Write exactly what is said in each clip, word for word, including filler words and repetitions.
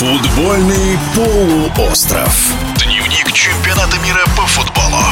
Футбольный полуостров. Дневник чемпионата мира по футболу.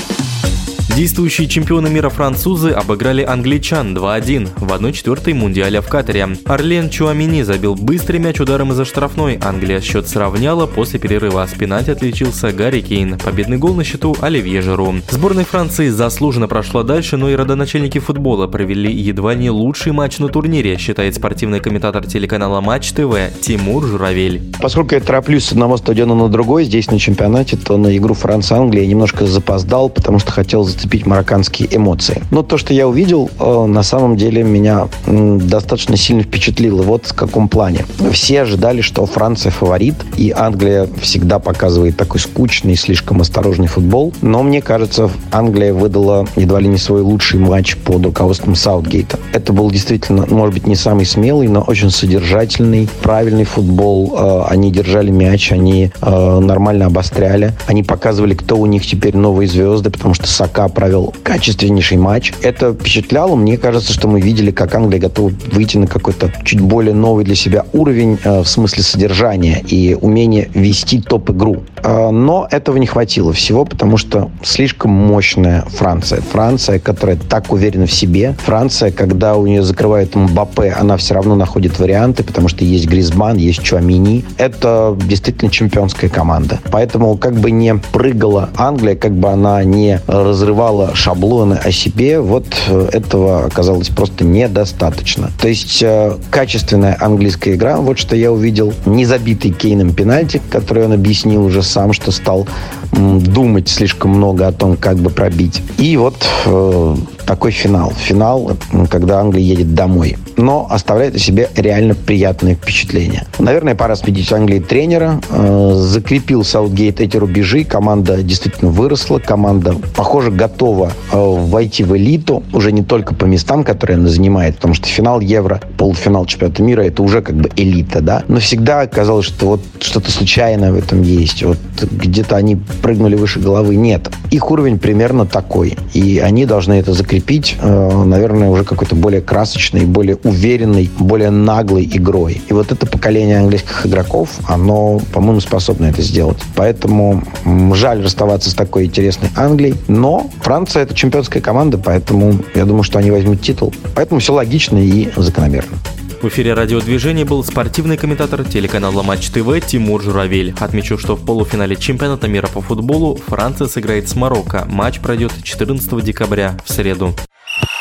Действующие чемпионы мира французы обыграли англичан два один в одной четвертой мундиаля в Катаре. Арлен Чуамени забил быстрый мяч ударом из-за штрафной. Англия счет сравняла после перерыва. С пенальти отличился Гарри Кейн. Победный гол на счету Оливье Жиру. Сборная Франции заслуженно прошла дальше, но и родоначальники футбола провели едва не лучший матч на турнире, считает спортивный комментатор телеканала Матч ТВ Тимур Журавель. Поскольку я тороплюсь с одного стадиона на другой здесь на чемпионате, то на игру Франция-Англия я немножко запоздал, потому что хотел зацепить марокканские эмоции. Но то, что я увидел, на самом деле меня достаточно сильно впечатлило. Вот в каком плане. Все ожидали, что Франция фаворит, и Англия всегда показывает такой скучный, слишком осторожный футбол. Но мне кажется, Англия выдала едва ли не свой лучший матч под руководством Саутгейта. Это был действительно, может быть, не самый смелый, но очень содержательный, правильный футбол. Они держали мяч, они нормально обостряли. Они показывали, кто у них теперь новые звезды, потому что Сака провел качественнейший матч. Это впечатляло. Мне кажется, что мы видели, как Англия готова выйти на какой-то чуть более новый для себя уровень э, в смысле содержания и умения вести топ-игру. Э, но этого не хватило всего, потому что слишком мощная Франция. Франция, которая так уверена в себе. Франция, когда у нее закрывает Мбаппе, она все равно находит варианты, потому что есть Гризман, есть Чуамени. Это действительно чемпионская команда. Поэтому как бы не прыгала Англия, как бы она не разрывала шаблоны о себе, вот этого оказалось просто недостаточно. То есть э, качественная английская игра, вот что я увидел. Не забитый Кейном пенальти, который он объяснил уже сам, что стал м, думать слишком много о том, как бы пробить. И вот э, такой финал. Финал, когда Англия едет домой. Но оставляет о себе реально приятное впечатление. Наверное, пора сменить Англии тренера. Э, закрепил Саутгейт эти рубежи. Команда действительно выросла. Команда, похоже, готова э, войти в элиту. Уже не только по местам, которые она занимает. Потому что финал Евро, полуфинал чемпионата мира, это уже как бы элита, да. Но всегда казалось, что вот что-то случайное в этом есть. Вот где-то они прыгнули выше головы. Нет. Их уровень примерно такой. И они должны это закрепить, э, наверное, уже какой-то более красочной, более уверенной, более наглой игрой. И вот это поколение английских игроков, оно, по-моему, способно это сделать. Поэтому жаль расставаться с такой интересной Англией. Но Франция — это чемпионская команда, поэтому я думаю, что они возьмут титул. Поэтому все логично и закономерно. В эфире радиодвижения был спортивный комментатор телеканала Матч ТВ Тимур Журавель. Отмечу, что в полуфинале чемпионата мира по футболу Франция сыграет с Марокко. Матч пройдет четырнадцатого декабря в среду.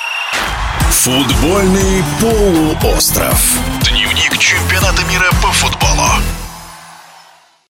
Футбольный полуостров. Дневник чемпионата мира по футболу.